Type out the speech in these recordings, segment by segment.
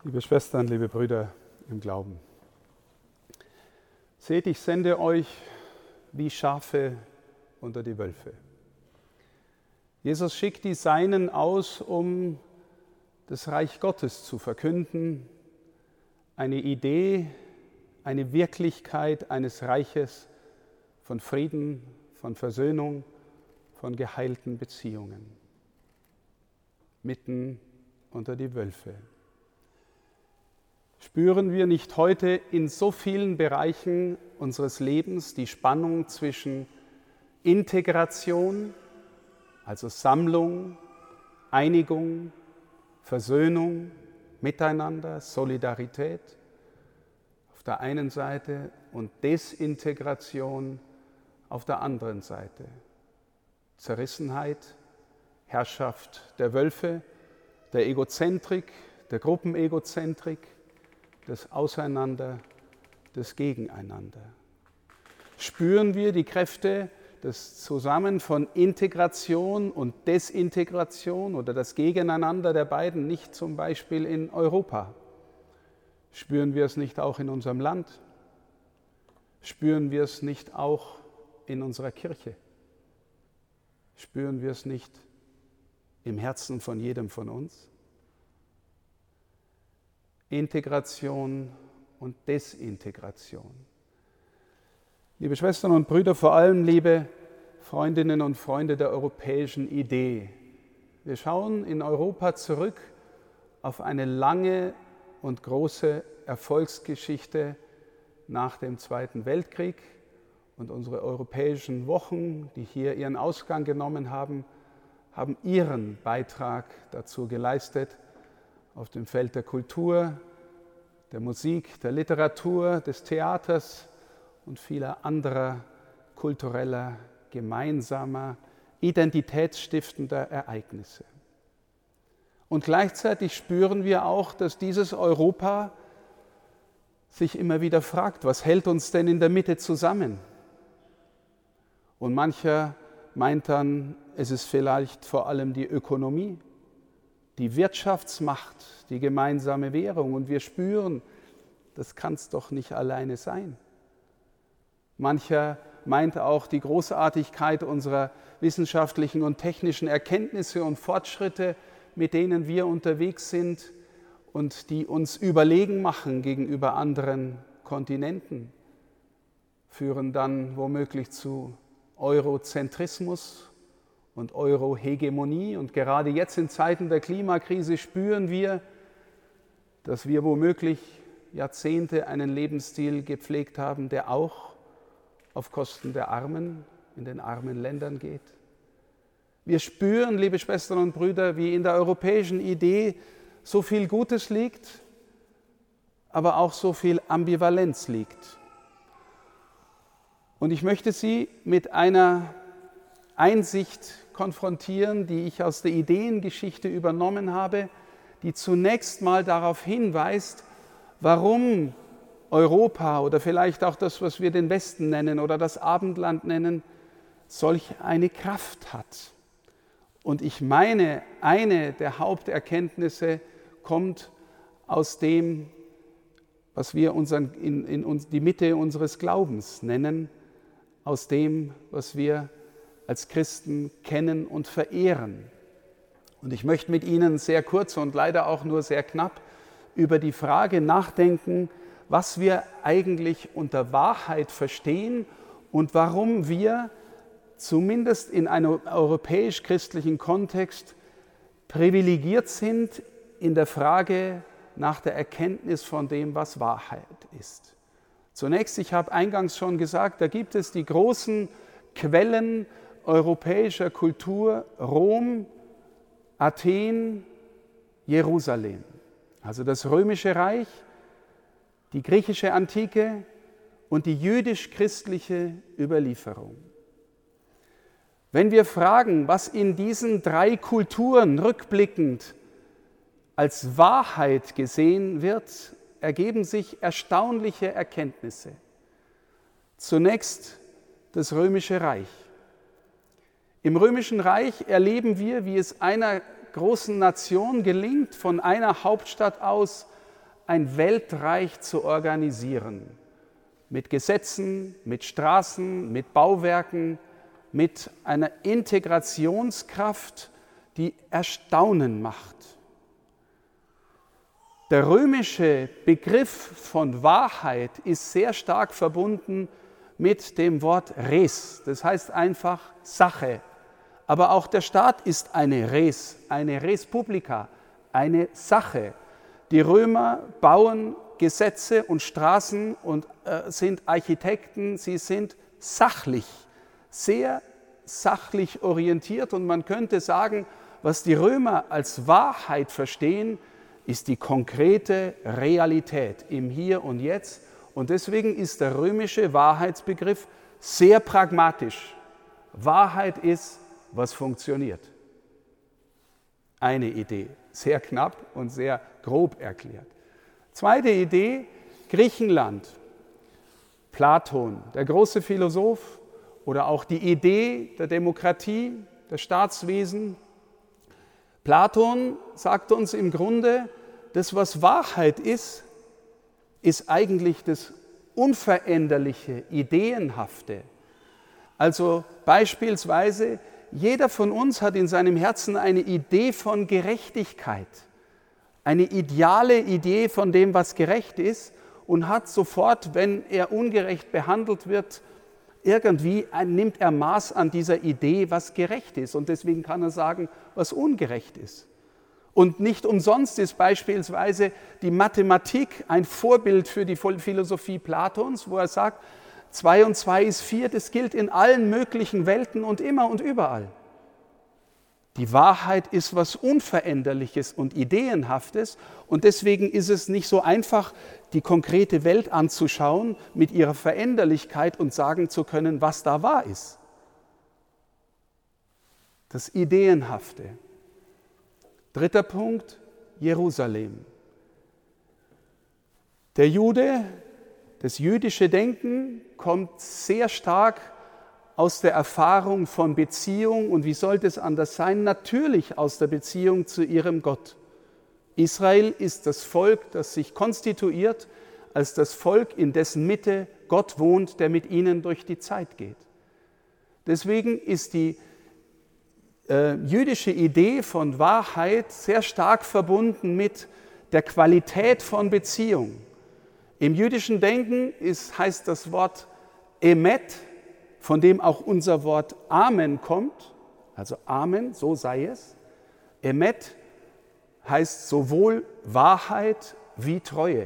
Liebe Schwestern, liebe Brüder im Glauben, seht, ich sende euch wie Schafe unter die Wölfe. Jesus schickt die Seinen aus, um das Reich Gottes zu verkünden, eine Idee, eine Wirklichkeit eines Reiches von Frieden, von Versöhnung, von geheilten Beziehungen. Mitten unter die Wölfe. Spüren wir nicht heute in so vielen Bereichen unseres Lebens die Spannung zwischen Integration, also Sammlung, Einigung, Versöhnung, Miteinander, Solidarität auf der einen Seite und Desintegration auf der anderen Seite. Zerrissenheit, Herrschaft der Wölfe, der Egozentrik, der Gruppenegozentrik, das Auseinander, das Gegeneinander. Spüren wir die Kräfte des Zusammen von Integration und Desintegration oder das Gegeneinander der beiden nicht zum Beispiel in Europa? Spüren wir es nicht auch in unserem Land? Spüren wir es nicht auch in unserer Kirche? Spüren wir es nicht im Herzen von jedem von uns? Integration und Desintegration. Liebe Schwestern und Brüder, vor allem liebe Freundinnen und Freunde der europäischen Idee. Wir schauen in Europa zurück auf eine lange und große Erfolgsgeschichte nach dem Zweiten Weltkrieg und unsere europäischen Wochen, die hier ihren Ausgang genommen haben, haben ihren Beitrag dazu geleistet, auf dem Feld der Kultur, der Musik, der Literatur, des Theaters und vieler anderer kultureller, gemeinsamer, identitätsstiftender Ereignisse. Und gleichzeitig spüren wir auch, dass dieses Europa sich immer wieder fragt, was hält uns denn in der Mitte zusammen? Und mancher meint dann, es ist vielleicht vor allem die Ökonomie, die Wirtschaftsmacht, die gemeinsame Währung. Und wir spüren, das kann es doch nicht alleine sein. Mancher meint auch die Großartigkeit unserer wissenschaftlichen und technischen Erkenntnisse und Fortschritte, mit denen wir unterwegs sind und die uns überlegen machen gegenüber anderen Kontinenten, führen dann womöglich zu Eurozentrismus und Eurohegemonie. Und gerade jetzt in Zeiten der Klimakrise spüren wir, dass wir womöglich Jahrzehnte einen Lebensstil gepflegt haben, der auch auf Kosten der Armen in den armen Ländern geht. Wir spüren, liebe Schwestern und Brüder, wie in der europäischen Idee so viel Gutes liegt, aber auch so viel Ambivalenz liegt. Und ich möchte Sie mit einer Einsicht konfrontieren, die ich aus der Ideengeschichte übernommen habe, die zunächst mal darauf hinweist, warum Europa oder vielleicht auch das, was wir den Westen nennen oder das Abendland nennen, solch eine Kraft hat. Und ich meine, eine der Haupterkenntnisse kommt aus dem, was wir die Mitte unseres Glaubens nennen, aus dem, was wir als Christen kennen und verehren. Und ich möchte mit Ihnen sehr kurz und leider auch nur sehr knapp über die Frage nachdenken, was wir eigentlich unter Wahrheit verstehen und warum wir zumindest in einem europäisch-christlichen Kontext privilegiert sind in der Frage nach der Erkenntnis von dem, was Wahrheit ist. Zunächst, ich habe eingangs schon gesagt, da gibt es die großen Quellen europäischer Kultur, Rom, Athen, Jerusalem. Also das Römische Reich, die griechische Antike und die jüdisch-christliche Überlieferung. Wenn wir fragen, was in diesen drei Kulturen rückblickend als Wahrheit gesehen wird, ergeben sich erstaunliche Erkenntnisse. Zunächst das Römische Reich. Im Römischen Reich erleben wir, wie es einer großen Nation gelingt, von einer Hauptstadt aus ein Weltreich zu organisieren. Mit Gesetzen, mit Straßen, mit Bauwerken, mit einer Integrationskraft, die Erstaunen macht. Der römische Begriff von Wahrheit ist sehr stark verbunden mit dem Wort res, das heißt einfach Sache. Aber auch der Staat ist eine res publica, eine Sache. Die Römer bauen Gesetze und Straßen und sind Architekten, sie sind sachlich, sehr sachlich orientiert und man könnte sagen, was die Römer als Wahrheit verstehen, ist die konkrete Realität im Hier und Jetzt. Und deswegen ist der römische Wahrheitsbegriff sehr pragmatisch. Wahrheit ist, was funktioniert. Eine Idee, sehr knapp und sehr grob erklärt. Zweite Idee, Griechenland. Platon, der große Philosoph, oder auch die Idee der Demokratie, der Staatswesen. Platon sagt uns im Grunde, das, was Wahrheit ist, ist eigentlich das Unveränderliche, Ideenhafte. Also beispielsweise, jeder von uns hat in seinem Herzen eine Idee von Gerechtigkeit, eine ideale Idee von dem, was gerecht ist und hat sofort, wenn er ungerecht behandelt wird, irgendwie nimmt er Maß an dieser Idee, was gerecht ist. Und deswegen kann er sagen, was ungerecht ist. Und nicht umsonst ist beispielsweise die Mathematik ein Vorbild für die Philosophie Platons, wo er sagt, 2 und 2 ist 4, das gilt in allen möglichen Welten und immer und überall. Die Wahrheit ist was Unveränderliches und Ideenhaftes und deswegen ist es nicht so einfach, die konkrete Welt anzuschauen mit ihrer Veränderlichkeit und sagen zu können, was da wahr ist. Das Ideenhafte. Dritter Punkt, Jerusalem. Der Jude, das jüdische Denken kommt sehr stark aus der Erfahrung von Beziehung und wie sollte es anders sein? Natürlich aus der Beziehung zu ihrem Gott. Israel ist das Volk, das sich konstituiert als das Volk, in dessen Mitte Gott wohnt, der mit ihnen durch die Zeit geht. Deswegen ist die jüdische Idee von Wahrheit sehr stark verbunden mit der Qualität von Beziehung. Im jüdischen Denken heißt das Wort Emet, von dem auch unser Wort Amen kommt, also Amen, so sei es. Emet heißt sowohl Wahrheit wie Treue.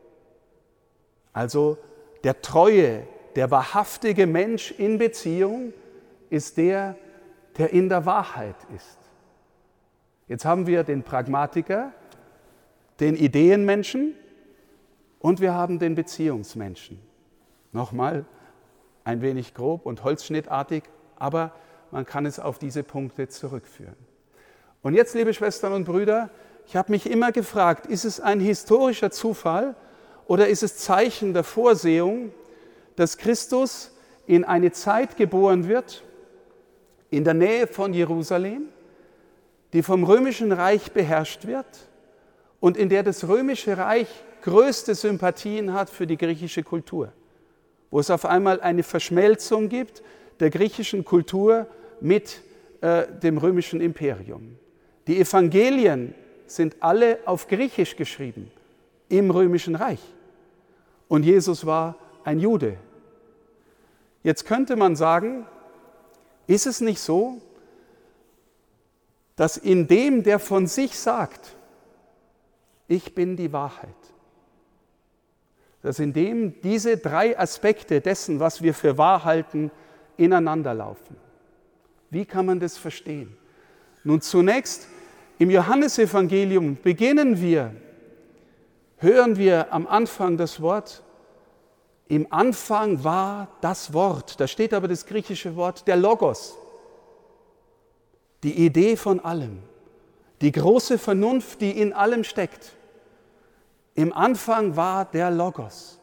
Also der treue, der wahrhaftige Mensch in Beziehung ist der in der Wahrheit ist. Jetzt haben wir den Pragmatiker, den Ideenmenschen und wir haben den Beziehungsmenschen. Nochmal ein wenig grob und holzschnittartig, aber man kann es auf diese Punkte zurückführen. Und jetzt, liebe Schwestern und Brüder, ich habe mich immer gefragt, ist es ein historischer Zufall oder ist es Zeichen der Vorsehung, dass Christus in eine Zeit geboren wird, in der Nähe von Jerusalem, die vom Römischen Reich beherrscht wird und in der das Römische Reich größte Sympathien hat für die griechische Kultur, wo es auf einmal eine Verschmelzung gibt der griechischen Kultur mit dem römischen Imperium. Die Evangelien sind alle auf Griechisch geschrieben im Römischen Reich und Jesus war ein Jude. Jetzt könnte man sagen, ist es nicht so, dass in dem, der von sich sagt, ich bin die Wahrheit, dass in dem diese 3 Aspekte dessen, was wir für wahr halten, ineinanderlaufen? Wie kann man das verstehen? Nun zunächst, im Johannesevangelium hören wir am Anfang das Wort, im Anfang war das Wort, da steht aber das griechische Wort, der Logos, die Idee von allem, die große Vernunft, die in allem steckt. Im Anfang war der Logos.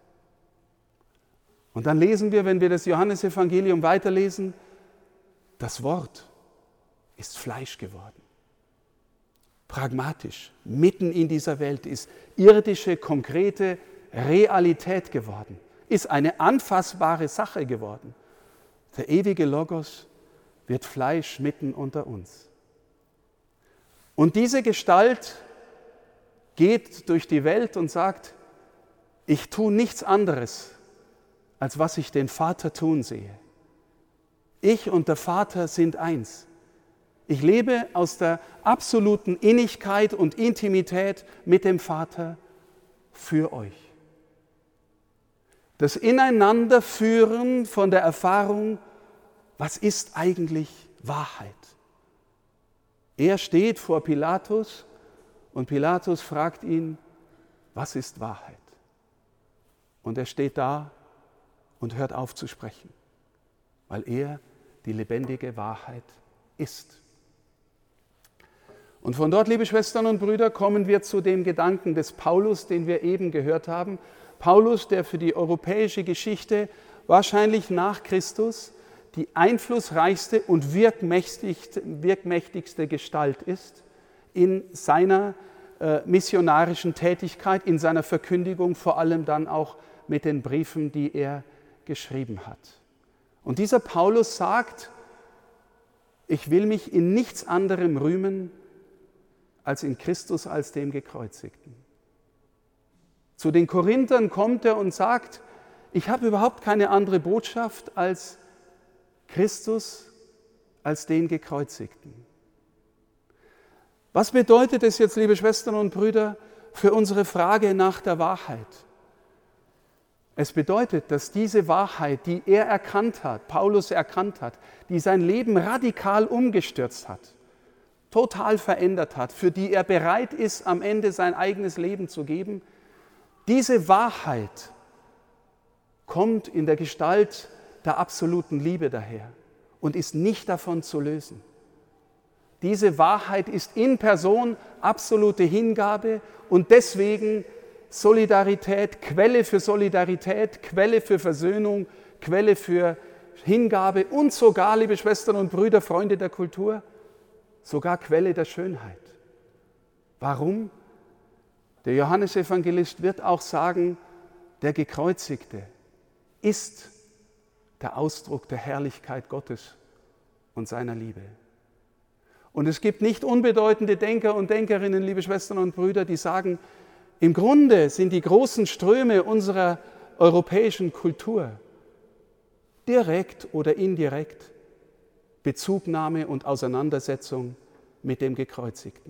Und dann lesen wir, wenn wir das Johannesevangelium weiterlesen, das Wort ist Fleisch geworden. pragmatisch, mitten in dieser Welt, ist irdische, konkrete Realität geworden, ist eine anfassbare Sache geworden. Der ewige Logos wird Fleisch mitten unter uns. Und diese Gestalt geht durch die Welt und sagt, ich tue nichts anderes, als was ich den Vater tun sehe. Ich und der Vater sind eins. Ich lebe aus der absoluten Innigkeit und Intimität mit dem Vater für euch. Das Ineinanderführen von der Erfahrung, was ist eigentlich Wahrheit? Er steht vor Pilatus und Pilatus fragt ihn, was ist Wahrheit? Und er steht da und hört auf zu sprechen, weil er die lebendige Wahrheit ist. Und von dort, liebe Schwestern und Brüder, kommen wir zu dem Gedanken des Paulus, den wir eben gehört haben. Paulus, der für die europäische Geschichte wahrscheinlich nach Christus die einflussreichste und wirkmächtigste Gestalt ist in seiner missionarischen Tätigkeit, in seiner Verkündigung, vor allem dann auch mit den Briefen, die er geschrieben hat. Und dieser Paulus sagt, ich will mich in nichts anderem rühmen, als in Christus als dem Gekreuzigten. Zu den Korinthern kommt er und sagt, ich habe überhaupt keine andere Botschaft als Christus als den Gekreuzigten. Was bedeutet es jetzt, liebe Schwestern und Brüder, für unsere Frage nach der Wahrheit? Es bedeutet, dass diese Wahrheit, die er erkannt hat, Paulus erkannt hat, die sein Leben radikal umgestürzt hat, total verändert hat, für die er bereit ist, am Ende sein eigenes Leben zu geben, diese Wahrheit kommt in der Gestalt der absoluten Liebe daher und ist nicht davon zu lösen. Diese Wahrheit ist in Person absolute Hingabe und deswegen Solidarität, Quelle für Versöhnung, Quelle für Hingabe und sogar, liebe Schwestern und Brüder, Freunde der Kultur, sogar Quelle der Schönheit. Warum? Der Johannesevangelist wird auch sagen, der Gekreuzigte ist der Ausdruck der Herrlichkeit Gottes und seiner Liebe. Und es gibt nicht unbedeutende Denker und Denkerinnen, liebe Schwestern und Brüder, die sagen, im Grunde sind die großen Ströme unserer europäischen Kultur direkt oder indirekt Bezugnahme und Auseinandersetzung mit dem Gekreuzigten.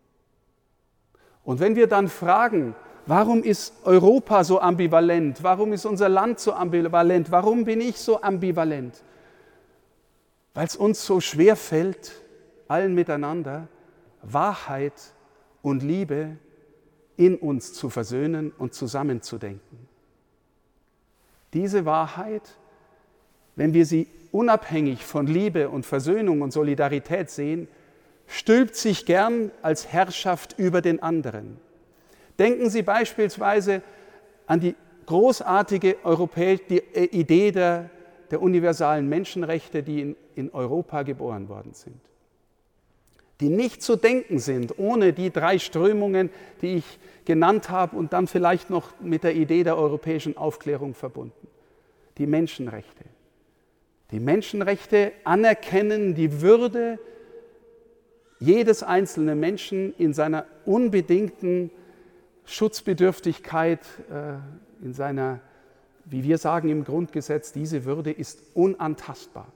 Und wenn wir dann fragen, warum ist Europa so ambivalent? Warum ist unser Land so ambivalent? Warum bin ich so ambivalent? Weil es uns so schwer fällt, allen miteinander Wahrheit und Liebe in uns zu versöhnen und zusammenzudenken. Diese Wahrheit, wenn wir sie unabhängig von Liebe und Versöhnung und Solidarität sehen, stülpt sich gern als Herrschaft über den anderen. Denken Sie beispielsweise an die großartige Idee der universalen Menschenrechte, die in Europa geboren worden sind. Die nicht zu denken sind ohne die 3 Strömungen, die ich genannt habe und dann vielleicht noch mit der Idee der europäischen Aufklärung verbunden. Die Menschenrechte. Die Menschenrechte anerkennen die Würde jedes einzelnen Menschen in seiner unbedingten Schutzbedürftigkeit, in seiner, wie wir sagen im Grundgesetz, diese Würde ist unantastbar.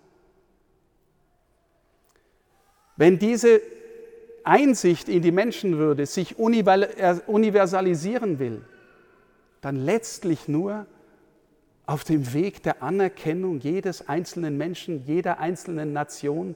Wenn diese Einsicht in die Menschenwürde sich universalisieren will, dann letztlich nur auf dem Weg der Anerkennung jedes einzelnen Menschen, jeder einzelnen Nation,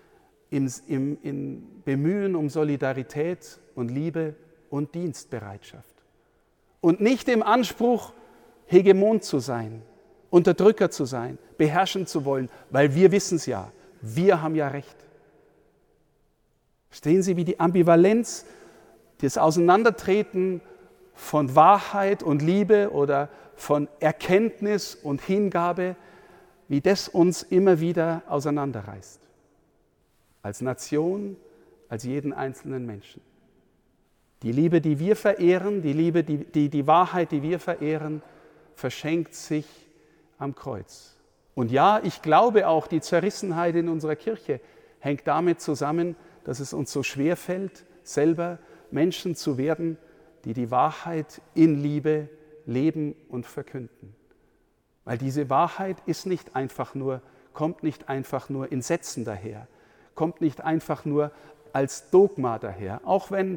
im Bemühen um Solidarität und Liebe und Dienstbereitschaft. Und nicht im Anspruch, Hegemon zu sein, Unterdrücker zu sein, beherrschen zu wollen, weil wir wissen es ja, wir haben ja Recht. Verstehen Sie, wie die Ambivalenz, das Auseinandertreten von Wahrheit und Liebe oder von Erkenntnis und Hingabe, wie das uns immer wieder auseinanderreißt. Als Nation, als jeden einzelnen Menschen. Die Liebe, die wir verehren, die Wahrheit, die wir verehren, verschenkt sich am Kreuz. Und ja, ich glaube auch, die Zerrissenheit in unserer Kirche hängt damit zusammen, dass es uns so schwer fällt, selber Menschen zu werden, die die Wahrheit in Liebe leben und verkünden. Weil diese Wahrheit kommt nicht einfach nur in Sätzen daher, kommt nicht einfach nur als Dogma daher, auch wenn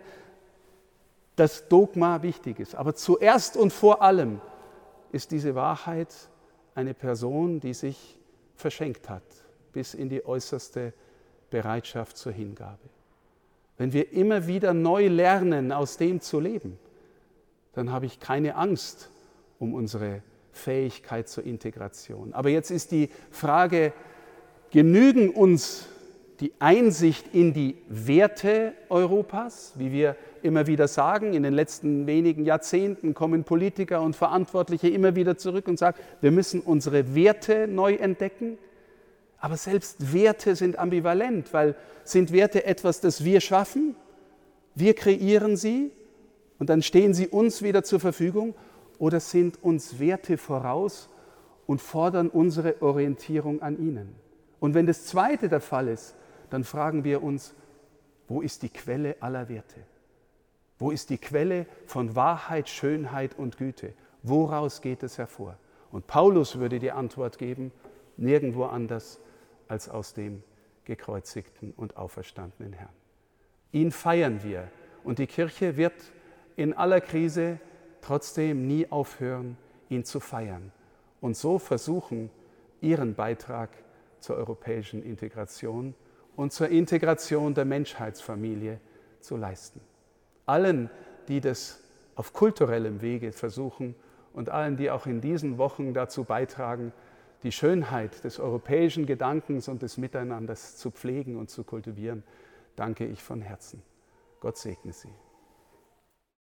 das Dogma wichtig ist. Aber zuerst und vor allem ist diese Wahrheit eine Person, die sich verschenkt hat, bis in die äußerste Bereitschaft zur Hingabe. Wenn wir immer wieder neu lernen, aus dem zu leben, dann habe ich keine Angst um unsere Fähigkeit zur Integration. Aber jetzt ist die Frage, genügen uns die Einsicht in die Werte Europas, wie wir immer wieder sagen, in den letzten wenigen Jahrzehnten kommen Politiker und Verantwortliche immer wieder zurück und sagen, wir müssen unsere Werte neu entdecken. Aber selbst Werte sind ambivalent, weil sind Werte etwas, das wir schaffen, wir kreieren sie und dann stehen sie uns wieder zur Verfügung, oder sind uns Werte voraus und fordern unsere Orientierung an ihnen? Und wenn das Zweite der Fall ist, dann fragen wir uns, wo ist die Quelle aller Werte? Wo ist die Quelle von Wahrheit, Schönheit und Güte? Woraus geht es hervor? Und Paulus würde die Antwort geben, nirgendwo anders als aus dem gekreuzigten und auferstandenen Herrn. Ihn feiern wir und die Kirche wird in aller Krise trotzdem nie aufhören, ihn zu feiern und so versuchen, ihren Beitrag zur europäischen Integration und zur Integration der Menschheitsfamilie zu leisten. Allen, die das auf kulturellem Wege versuchen und allen, die auch in diesen Wochen dazu beitragen, die Schönheit des europäischen Gedankens und des Miteinanders zu pflegen und zu kultivieren, danke ich von Herzen. Gott segne Sie.